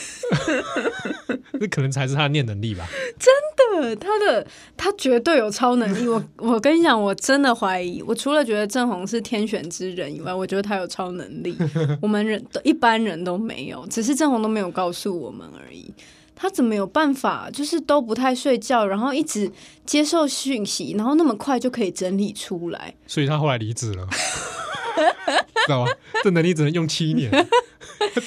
这可能才是他的念能力吧。 真的，他的他绝对有超能力。我我跟你讲，我真的怀疑，我除了觉得郑弘是天选之人以外，我觉得他有超能力。我们人一般人都没有，只是郑弘都没有告诉我们而已。他怎么有办法，就是都不太睡觉，然后一直接受讯息，然后那么快就可以整理出来？ 所以他后来离职了。知道吗？这能力只能用七年。 可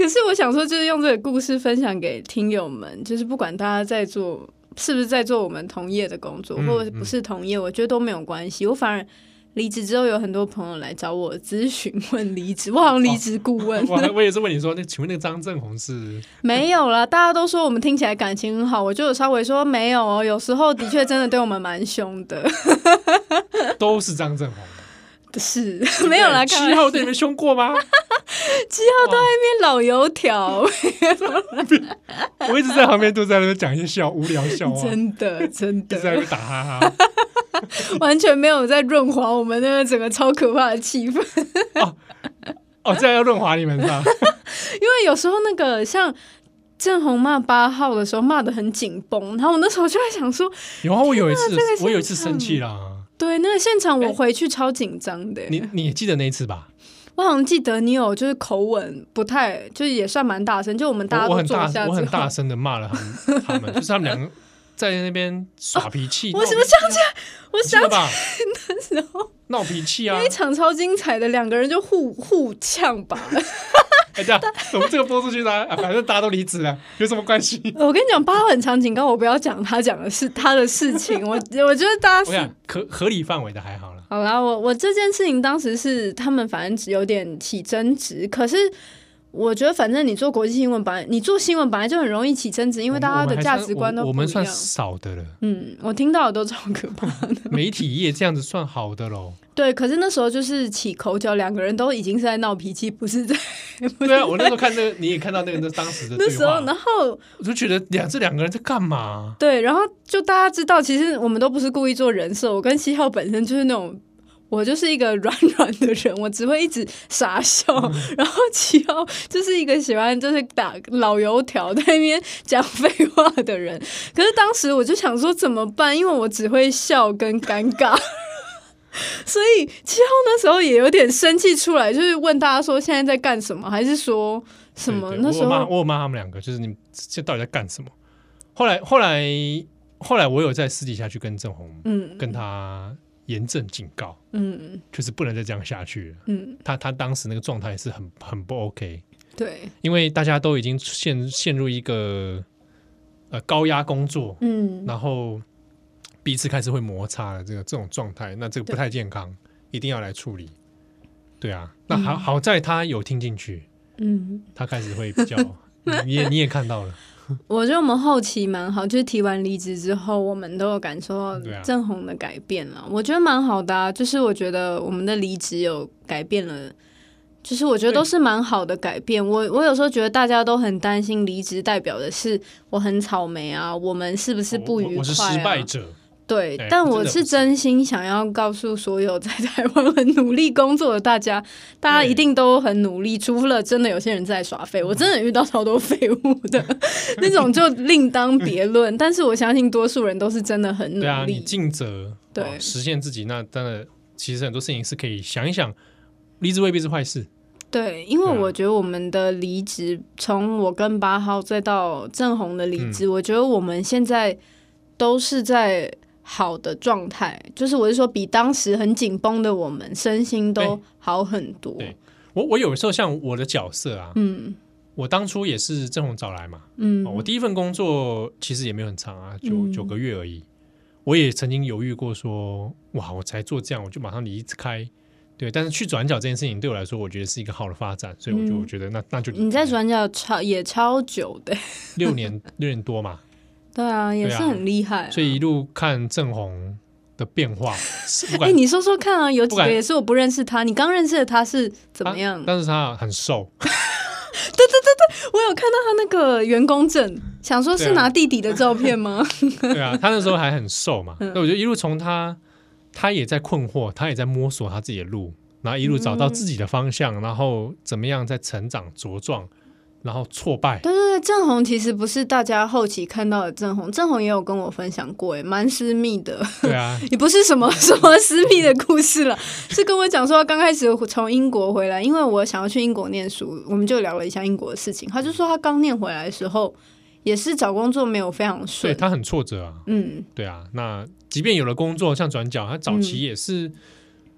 可是我想说，就是用这个故事分享给听友们，就是不管大家在做是不是在做我们同业的工作，嗯、或者不是同业，我觉得都没有关系。我反而离职之后，有很多朋友来找我咨询问离职，我好像离职顾问。 哦、我我也是问你说，那请问那个张正宏是没有啦？大家都说我们听起来感情很好，我就有稍微说没有哦，有时候的确真的对我们蛮凶的。 都是张正宏。 是没有啦， 七号对你们凶过吗？ 七号都在那边老油条， 我一直在旁边都在那边讲一些笑无聊笑话， 真的真的一直在那边打哈哈， 完全没有在润滑我们那个整个超可怕的气氛。 哦哦，这样要润滑你们是吧？ 因为有时候那个像正宏骂八号的时候骂得很紧绷，然后我那时候就在想说， 有啊，我有一次、这个、我有一次生气啦。 对，那个现场我回去超紧张的。 你你也记得那一次吧？ 我好像记得你有就是口吻不太，就是也算蛮大声，就我们大家都坐下之后， 我很大声的骂了他们，他们就是他们两个在那边耍脾气。 哦、我怎么想起来？我想起来那时候闹脾气啊！ 那一场超精彩的，两个人就互互呛吧。 哎，这样我们这个播出去呢、啊，反正大家都离职了，有什么关系？ 我跟你讲，八号很常警告我不要讲他讲的是他的事情。我我觉得大家是可合理范围的还好了。 好啦，我我这件事情当时是他们反正只有点起争执，可是我觉得反正你做国际新闻本来你做新闻本来就很容易起争执，因为大家的价值观都不一样。 我们算少的了。 嗯，我听到的都超可怕的。 媒体业这样子算好的咯。 对，可是那时候就是起口角，两个人都已经是在闹脾气，不是在。 对啊，我那时候看那个，你也看到那个那当时的对话。 那时候，然后我就觉得两这两个人在干嘛？ 对，然后就大家知道，其实我们都不是故意做人设。我跟七号本身就是那种，我就是一个软软的人，我只会一直傻笑。嗯、然后七号就是一个喜欢就是打老油条在那边讲废话的人。可是当时我就想说怎么办？因为我只会笑跟尴尬。所以七号那时候也有点生气出来，就是问大家说现在在干什么，还是说什么？ 对对， 那时候我有骂他们两个，就是你们这到底在干什么？后来后来后来我有在私底下去跟正宏，嗯，跟他严正警告，嗯，就是不能再这样下去了。嗯，他他当时那个状态是很很不 OK， 对， 因为大家都已经陷陷入一个呃高压工作，嗯，然后。彼此开始会摩擦了，这个这种状态，那这个不太健康，一定要来处理。对啊，那好、嗯、好在他有听进去，嗯，他开始会比较，你也你也看到了。 我觉得我们后期蛮好，就是提完离职之后，我们都有感受到正宏的改变了、啊，我觉得蛮好的啊。就是我觉得我们的离职有改变了。就是我觉得都是蛮好的改变。我我有时候觉得大家都很担心离职代表的是我很草莓啊，我们是不是不愉快、啊？ 我, 我是失败者。 对，但我是真心想要告诉所有在台湾很努力工作的大家，大家一定都很努力，除了真的有些人在耍废，我真的遇到超多废物的那种就另当别论。但是我相信多数人都是真的很努力， 对啊，你尽责， 对、 哦，实现自己，那真的其实很多事情是可以想一想，离职未必是坏事。 对，因为我觉得我们的离职，从我跟八号再到正宏的离职、嗯，我觉得我们现在都是在好的状态，就是我是说比当时很紧绷的我们身心都好很多。 对，对我我有时候像我的角色啊，嗯，我当初也是正宏找来嘛，嗯、哦，我第一份工作其实也没有很长啊，九、嗯、九个月而已。我也曾经犹豫过说，哇，我才做这样，我就马上离开。对，但是去转角这件事情对我来说，我觉得是一个好的发展，所以我就、嗯、我觉得那那就你在转角超也超久的， 六年六年多嘛。 对啊，也是很厉害、啊啊。 所以一路看正宏的变化。 哎、欸，你说说看啊，有几个也是我不认识他，你刚认识的他是怎么样？ 但是他很瘦。 对对对对，我有看到他那个员工证，想说是拿弟弟的照片吗？ 对啊，对啊，他那时候还很瘦嘛。那、嗯、我觉得一路从他，他也在困惑，他也在摸索他自己的路，然后一路找到自己的方向，嗯、然后怎么样在成长茁壮。然后挫败， 对对对，正宏其实不是大家后期看到的正宏，正宏也有跟我分享过，蛮私密的。 对啊， 也不是什么什么私密的故事了，是跟我讲说他刚开始从英国回来，因为我想要去英国念书，我们就聊了一下英国的事情。他就说他刚念回来的时候，也是找工作没有非常顺， 对他很挫折啊。嗯，对啊，那即便有了工作，像转角，他早期也是。嗯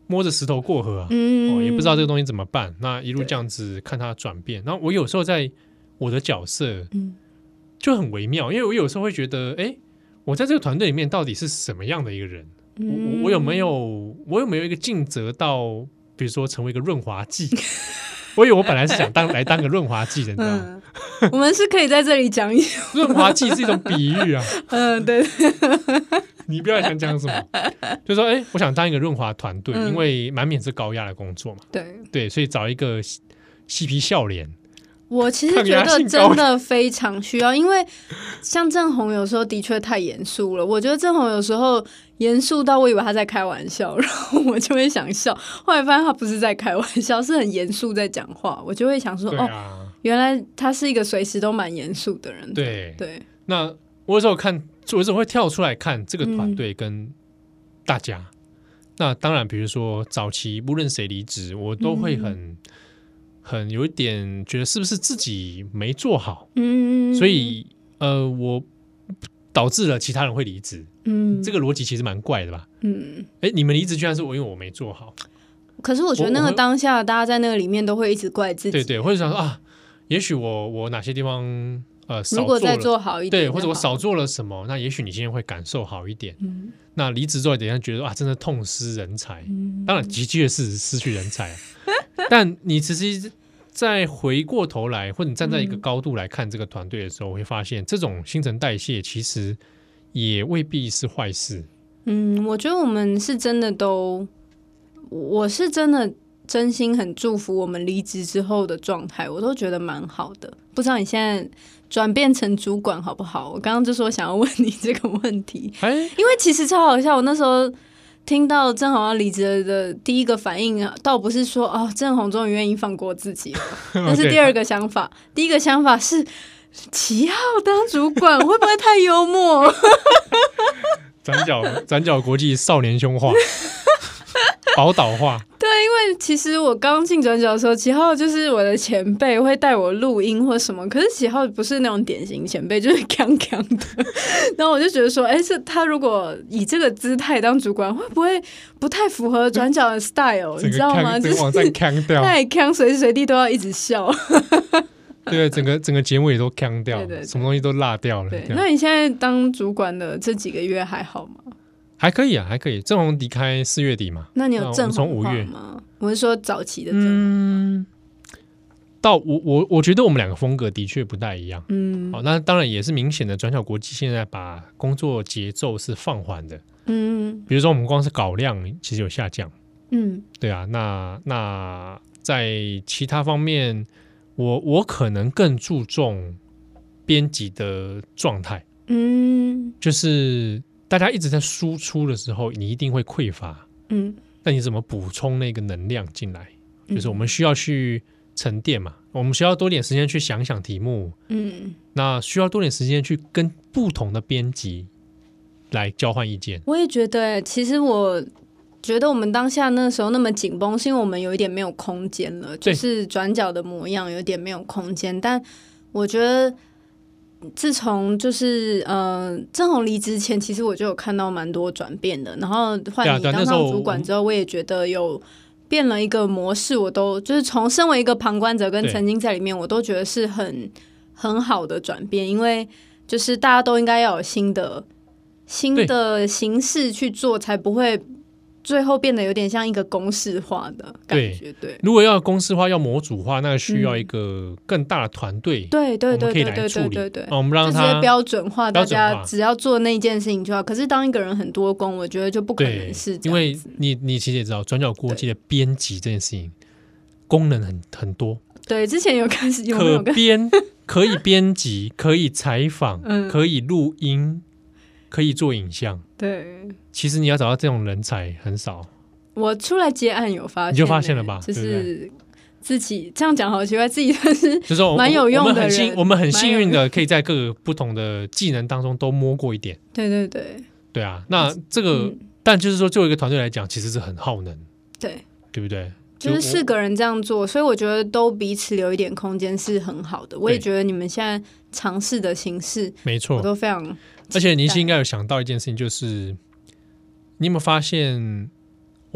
摸着石头过河啊， 嗯哦，也不知道这个东西怎么办。那一路这样子看它转变，然后我有时候在我的角色嗯就很微妙，因为我有时候会觉得，哎，我在这个团队里面到底是什么样的一个人？我我我有没有我有没有一个尽责到，比如说成为一个润滑剂？我以为我本来是想当来当个润滑剂的，你知道吗？ 嗯、我们是可以在这里讲一润滑剂是一种比喻啊。 嗯，对。 你不要想讲什么，就说哎、欸，我想当一个润滑团队， 嗯、 因为难免是高压的工作嘛。 对对，所以找一个嬉皮笑脸。 我其实觉得真的非常需要，因为像郑弘有时候的确太严肃了。我觉得郑弘有时候严肃到我以为他在开玩笑，然后我就会想笑。后来发现他不是在开玩笑，是很严肃在讲话。我就会想说，啊、哦，原来他是一个随时都蛮严肃的人。 对对。 那我有时候看，我有时候会跳出来看这个团队跟大家。嗯、那当然，比如说早期无论谁离职，我都会很。嗯很有一点觉得是不是自己没做好，嗯，所以呃，我导致了其他人会离职，嗯，这个逻辑其实蛮怪的吧，嗯，哎，你们离职居然是我因为我没做好， 可是我觉得那个当下大家在那个里面都会一直怪自己， 对对，或者想说啊，也许我我哪些地方呃少做了， 如果再做好一点， 对，或者我少做了什么，那也许你今天会感受好一点，嗯，那离职之后等一下觉得啊，真的痛失人才，嗯，当然的确是失去人才。但你其实再回过头来，或者你站在一个高度来看这个团队的时候，我会发现这种新陈代谢其实也未必是坏事。 嗯，我觉得我们是真的都，我是真的真心很祝福我们离职之后的状态，我都觉得蛮好的。不知道你现在转变成主管好不好？我刚刚就说想要问你这个问题，因为其实超好笑，我那时候听到郑弘要离职的第一个反应，倒不是说哦，郑弘终于愿意放过自己了，那是第二个想法。第一个想法是齐浩当主管会不会太幽默？ 转角转角国际少年凶化，宝岛化。 对，因为其实我刚进转角的时候，齐浩就是我的前辈，会带我录音或什么。可是齐浩不是那种典型前辈，就是锵锵的。然后我就觉得说，哎，是他如果以这个姿态当主管，会不会不太符合转角的 style？ 你知道吗？就是往上锵掉， 太锵，随时随地都要一直笑。 对，整个整个节目也都锵掉，对对对，什么东西都落掉了。 对，那你现在当主管的这几个月还好吗？ 还可以啊，还可以。郑弘离开四月底嘛， 那你有正从五月吗？我是说早期的正弘、 嗯、到我我我觉得我们两个风格的确不太一样。嗯，好、哦，那当然也是明显的，转角国际现在把工作节奏是放缓的。嗯，比如说我们光是稿量其实有下降。嗯，对啊，那那在其他方面，我我可能更注重编辑的状态。嗯，就是大家一直在输出的时候，你一定会匮乏。嗯，那你怎么补充那个能量进来？就是我们需要去沉淀嘛，我们需要多点时间去想想题目。嗯，那需要多点时间去跟不同的编辑来交换意见。 我也觉得，其实我觉得我们当下那时候那么紧绷，是因为我们有一点没有空间了，就是转角的模样有点没有空间。但我觉得自从就是呃郑弘离职前，其实我就有看到蛮多转变的。然后换你当上主管之后，我也觉得有变了一个模式。我都就是从身为一个旁观者跟曾经在里面，我都觉得是很很好的转变，因为就是大家都应该要有新的新的形式去做，才不会最后变得有点像一个公式化的感觉。 对, 对， 如果要公式化要模组化，那需要一个更大的团队、嗯、 对对对对对对对对、哦、我们让它直接标准化，大家只要做那一件事情就好。可是当一个人很多工，我觉得就不可能是这样子。 因为你你其实也知道转角国际的编辑这件事情功能很很多。 对，之前有开始有没有可编可以编辑可以采访、嗯、可以录音可以做影像。 对， 其实你要找到这种人才很少。 我出来接案有发现、欸， 你就发现了吧？ 就是自己这样讲好奇怪，自己就是就是蛮有用的人。 我们很幸运的可以在各个不同的技能当中都摸过一点。 对对对， 对啊。那这个，嗯、但就是说，作为一个团队来讲，其实是很耗能。 对， 对不对？ 就是四个人这样做，所以我觉得都彼此留一点空间是很好的。我也觉得你们现在尝试的形式， 没错， 我都非常。 而且你是应该有想到一件事情，就是你有没有发现，我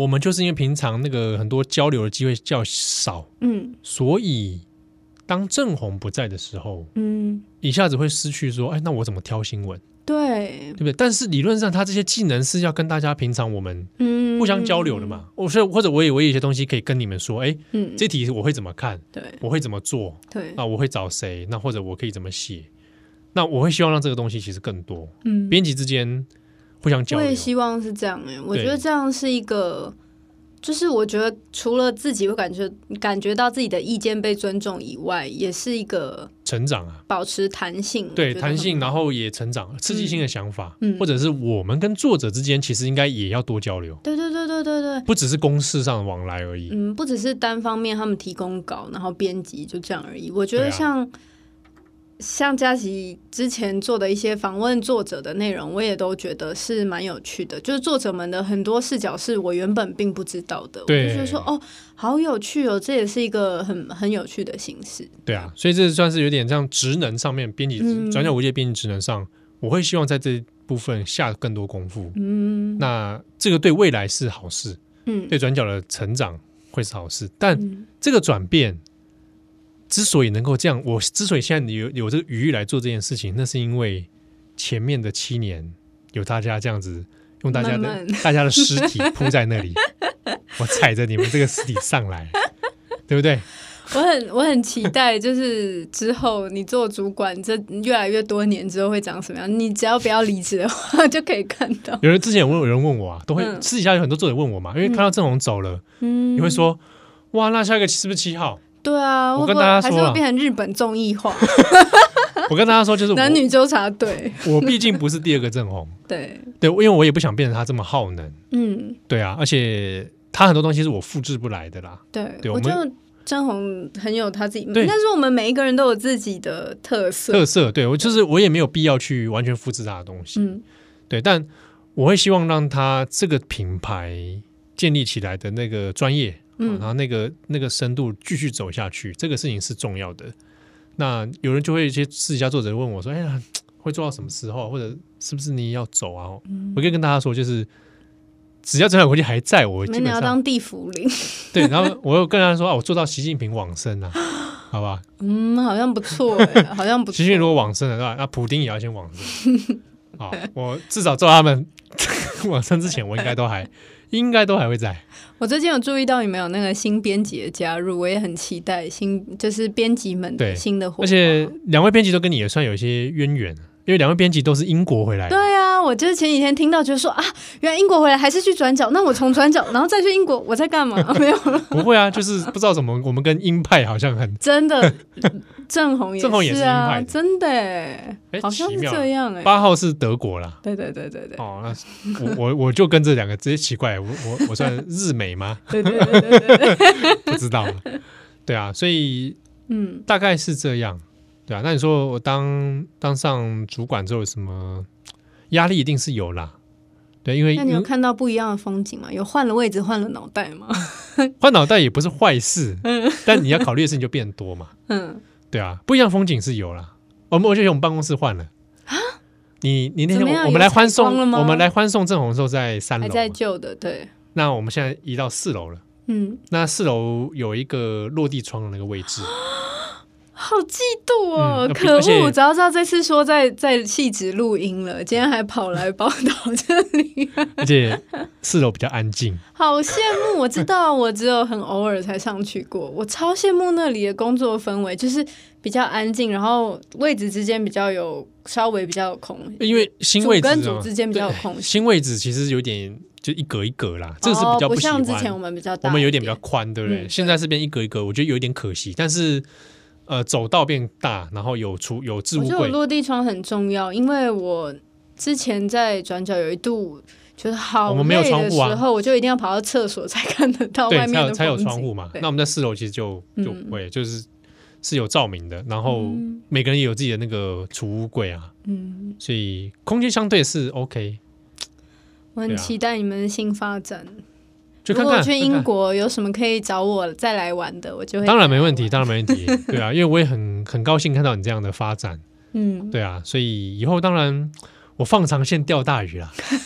我们就是因为平常那个很多交流的机会较少， 嗯所以当郑红不在的时候， 嗯， 一下子会失去说，哎，那我怎么挑新闻， 对对，不对？但是理论上，他这些技能是要跟大家平常我们嗯， 互相交流的嘛。我说或者我也我有一些东西可以跟你们说，哎， 嗯， 这题我会怎么看， 对我会怎么做， 对， 那我会找谁，那或者我可以怎么写，那我会希望让这个东西其实更多， 嗯， 编辑之间互相交我流。 也希望是这样哎、我对觉得这样是一个，就是我觉得除了自己会感觉感觉到自己的意见被尊重以外，也是一个成长啊， 保持弹性， 对我觉得弹性， 很好然后也成长，刺激性的想法， 嗯或者是我们跟作者之间其实应该也要多交流， 对对对对对对， 不只是公事上的往来而已。 嗯，不只是单方面他们提供稿，然后编辑就这样而已。我觉对啊得像、像佳琪之前做的一些访问作者的内容，我也都觉得是蛮有趣的。就是作者们的很多视角是我原本并不知道的， 对我就觉得说哦，好有趣哦，这也是一个很很有趣的形式。 对啊，所以这算是有点像职能上面编辑嗯转角无界编辑职能上，我会希望在这部分下更多功夫。 嗯那这个对未来是好事， 嗯对转角的成长会是好事，但嗯这个转变之所以能够这样，我之所以现在有有这个余裕来做这件事情，那是因为前面的七年有大家这样子用大家的慢慢大家的尸体铺在那里，我踩着你们这个尸体上来，对不对？ 我很我很期待，就是之后你做主管，这越来越多年之后会长什么样？你只要不要离职的话，就可以看到。 有人之前有问有人问我啊，都会、 嗯私底下有很多作者问我嘛，因为看到郑红走了， 嗯你会说哇，那下一个是不是七号？ 对啊， 我跟会不会大家说啊还是会变成日本综艺化， 我跟大家说，就是我男女纠察队。 我毕竟不是第二个郑红， 对， 对，因为我也不想变成他这么耗能， 嗯， 对啊，而且他很多东西是我复制不来的啦， 对， 对我们我觉得郑红很有他自己，应对该说我们每一个人都有自己的特色。 特色，对我就是我也没有必要去完全复制他的东西， 嗯对，但我会希望让他这个品牌建立起来的那个专业，嗯，然后那个那个深度继续走下去，这个事情是重要的。那有人就会一些私底下作者问我说：“哎呀，会做到什么时候？或者是不是你要走啊？” 嗯我可以跟大家说，就是只要这场国际还在，我基那你要本上当地茯苓， 对。然后我又跟他说：“啊，我做到习近平往生啊，好吧？ 嗯，好像不错哎，好像不错。 习近平如果往生了，对吧？那普丁也要先往生。好，我至少做到他们往生之前，我应该都还应该都还会在。 我最近有注意到你们有那个新编辑的加入，我也很期待新就是编辑们的对新的火花。 而且两位编辑都跟你也算有一些渊源，因为两位编辑都是英国回来的。 对啊，我就是前几天听到，觉得说啊，原来英国回来还是去转角，那我从转角然后再去英国，我在干嘛？啊、没有了， 不会啊，就是不知道怎么，我们跟鹰派好像很真的，郑红也是、啊， 郑红也是鹰派的真的耶， 哎好像是奇妙这样哎。 八号是德国啦。 对对对对对， 哦，那我我我就跟这两个直接奇怪，我我我算日美吗？ 对对对对对对， 不知道。对啊，所以嗯， 大概是这样。对啊，那你说我当当上主管之后有什么压力？一定是有啦。对，因为那你有看到不一样的风景吗？有换了位置，换了脑袋吗？ 换脑袋也不是坏事，但你要考虑的事情就变多嘛。 嗯， 对啊，不一样风景是有啦。我们我觉得我们办公室换了你你那天怎么样我们来欢送有采光了吗我们来欢送郑红的时候在三楼还嘛， 在旧的，对， 那我们现在移到四楼了。 嗯， 那四楼有一个落地窗的那个位置， 好嫉妒哦！ 嗯可而且恶，早知道这次说在在戏子录音了，今天还跑来报道这里， 而且四楼比较安静。 好羡慕。我知道，我只有很偶尔才上去过，我超羡慕那里的工作氛围，就是比较安静，然后位置之间比较有稍微比较有空， 因为新位置组跟哦组之间比较有空隙， 新位置其实有点就一格一格啦，这个是比较哦、不喜欢。 像之前我们比较大， 我们有点比较宽，对不对？ 嗯现在是变一格一格，我觉得有一点可惜。但是呃，走道变大，然后有出有置物我觉得我柜， 落地窗很重要，因为我之前在转角有一度觉得好我们没有累窗户啊的时候，我就一定要跑到厕所才看得到对， 外面的才有才有风景窗户嘛。 对那我们在四楼其实就就嗯会就是是有照明的，然后嗯每个人也有自己的那个储物柜啊， 嗯， 所以空间相对是 OK。 我很对啊期待你们的新发展。 就看看如果我去英看看国有什么可以找我再来玩的，我就会当然没问题， 再来玩当然没问题，对啊，因为我也很很高兴看到你这样的发展， 嗯， 对啊，所以以后当然我放长线钓大鱼啦，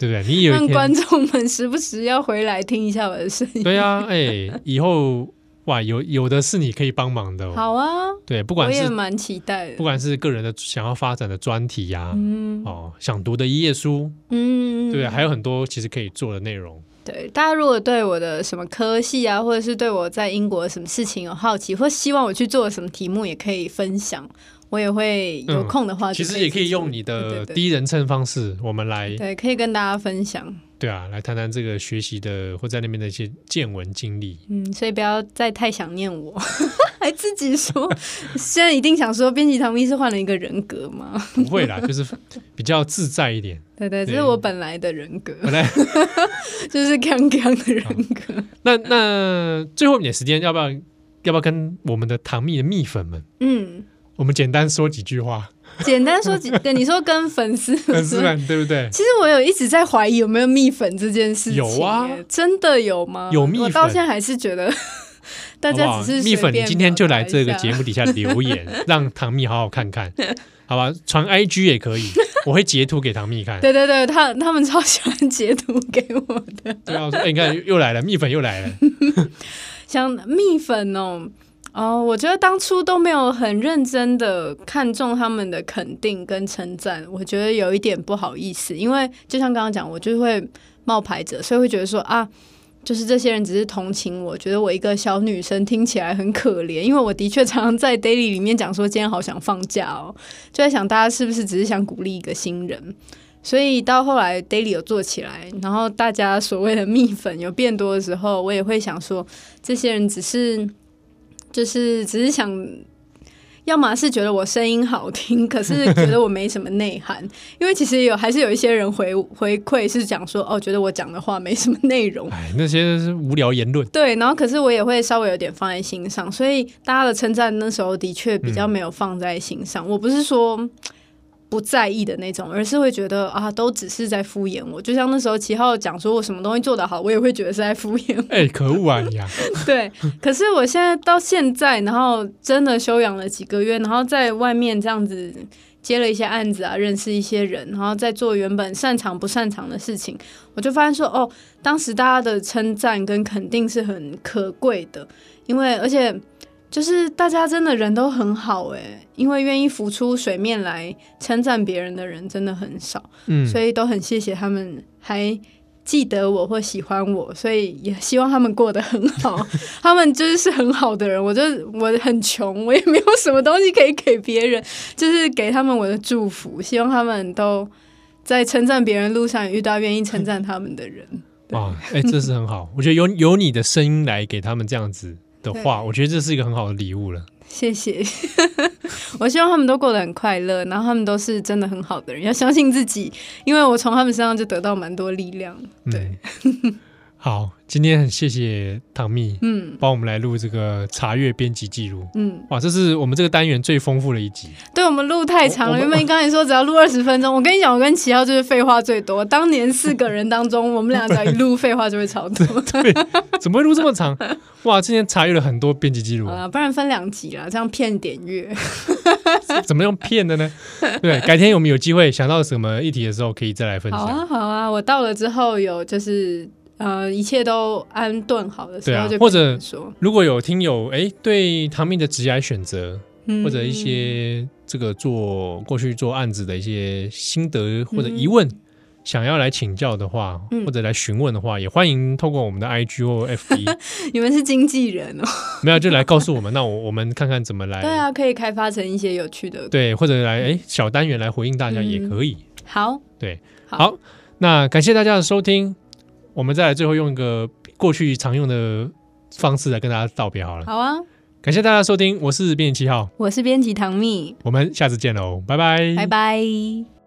对不对？你有一让天观众们时不时要回来听一下我的声音。 对啊，哎，以后哇，有有的是你可以帮忙的、哦。 好啊， 对，不管是我也蛮期待的。 不管是个人的想要发展的专题呀、啊， 嗯哦，想读的一页书， 嗯， 对，还有很多其实可以做的内容。 对，大家如果对我的什么科系啊，或者是对我在英国什么事情有好奇，或希望我去做什么题目，也可以分享。我也会有空的话、 嗯，其实也可以用你的第一人称方式，我们来对，可以跟大家分享。 对啊，来谈谈这个学习的或在那边的一些见闻经历。 嗯，所以不要再太想念我，还自己说，现在一定想说编辑唐蜜是换了一个人格吗？ 不会啦，就是比较自在一点。 对对，这是我本来的人格， 本来就是刚刚的人格。 那那最后一点时间，要不要要不要跟我们的唐蜜的蜜粉们，嗯，我们简单说几句话？ 简单说几，对你说跟粉丝粉丝们对不对？ 其实我有一直在怀疑有没有蜜粉这件事情。 有啊， 真的有吗？ 有蜜粉， 我到现在还是觉得大家只是蜜粉，你今天就来这个节目底下留言，让唐蜜好好看看，好吧？传 I G 也可以，我会截图给唐蜜看。 对对对，他他们超喜欢截图给我的。 对啊，我说哎，你看又来了，蜜粉又来了。 像蜜粉哦。哦，我觉得当初都没有很认真的看重他们的肯定跟称赞，我觉得有一点不好意思，因为就像刚刚讲，我就会冒牌者，所以会觉得说啊，就是这些人只是同情我，觉得我一个小女生听起来很可怜，因为我的确常常在 daily 里面讲说今天好想放假哦，就在想大家是不是只是想鼓励一个新人。所以到后来 daily 有做起来，然后大家所谓的蜜粉有变多的时候，我也会想说这些人只是就是只是想，要么是觉得我声音好听，可是觉得我没什么内涵。因为其实有还是有一些人回回馈是讲说，哦，觉得我讲的话没什么内容， 哎，那些是无聊言论。 对，然后可是我也会稍微有点放在心上，所以大家的称赞那时候的确比较没有放在心上。嗯、我不是说不在意的那种，而是会觉得啊，都只是在敷衍我。就像那时候齐浩讲说我什么东西做得好，我也会觉得是在敷衍我。 哎、欸，可恶啊你啊！ 对，可是我现在到现在，然后真的休养了几个月，然后在外面这样子接了一些案子啊，认识一些人，然后再做原本擅长不擅长的事情，我就发现说，哦，当时大家的称赞跟肯定是很可贵的，因为而且。就是大家真的人都很好欸，因为愿意浮出水面来称赞别人的人真的很少，嗯，所以都很谢谢他们还记得我或喜欢我，所以也希望他们过得很好。他们就是很好的人，我就我很穷，我也没有什么东西可以给别人，就是给他们我的祝福，希望他们都在称赞别人路上也遇到愿意称赞他们的人。 哇，哎、欸，这是很好，我觉得有有你的声音来给他们这样子的话，我觉得这是一个很好的礼物了。 谢谢，我希望他们都过得很快乐，然后他们都是真的很好的人，要相信自己，因为我从他们身上就得到蛮多力量。对，嗯、 好，今天很谢谢唐蜜，嗯，帮我们来录这个查阅编辑记录，嗯，哇，这是我们这个单元最丰富的一集。 对，我们录太长了，原本你刚才说只要录二十分钟，我跟你讲，我跟齐浩就是废话最多。当年四个人当中，我们俩只要一录废话就会超多。 对，怎么会录这么长？哇，今天查阅了很多编辑记录啊，不然分两集啦，这样骗点阅。 怎么用骗的呢？对，改天我们有机会想到什么议题的时候，可以再来分享。 好啊，好啊，我到了之后有就是呃，一切都安顿好的时候就跟你说， 对啊，或者如果有听友哎对唐蜜的职业选择、嗯，或者一些这个做过去做案子的一些心得或者疑问。嗯，想要来请教的话，嗯、或者来询问的话，也欢迎透过我们的 I G 或 F B。 你们是经纪人哦？ 没有，就来告诉我们，那我我们看看怎么来。 对啊，可以开发成一些有趣的， 对，或者来哎小单元来回应大家也可以。 嗯、好， 对，好，好，那感谢大家的收听，我们再来最后用一个过去常用的方式来跟大家道别好了。 好啊， 感谢大家的收听，我是编辑七号， 我是编辑唐蜜， 我们下次见喽，拜拜， 拜拜。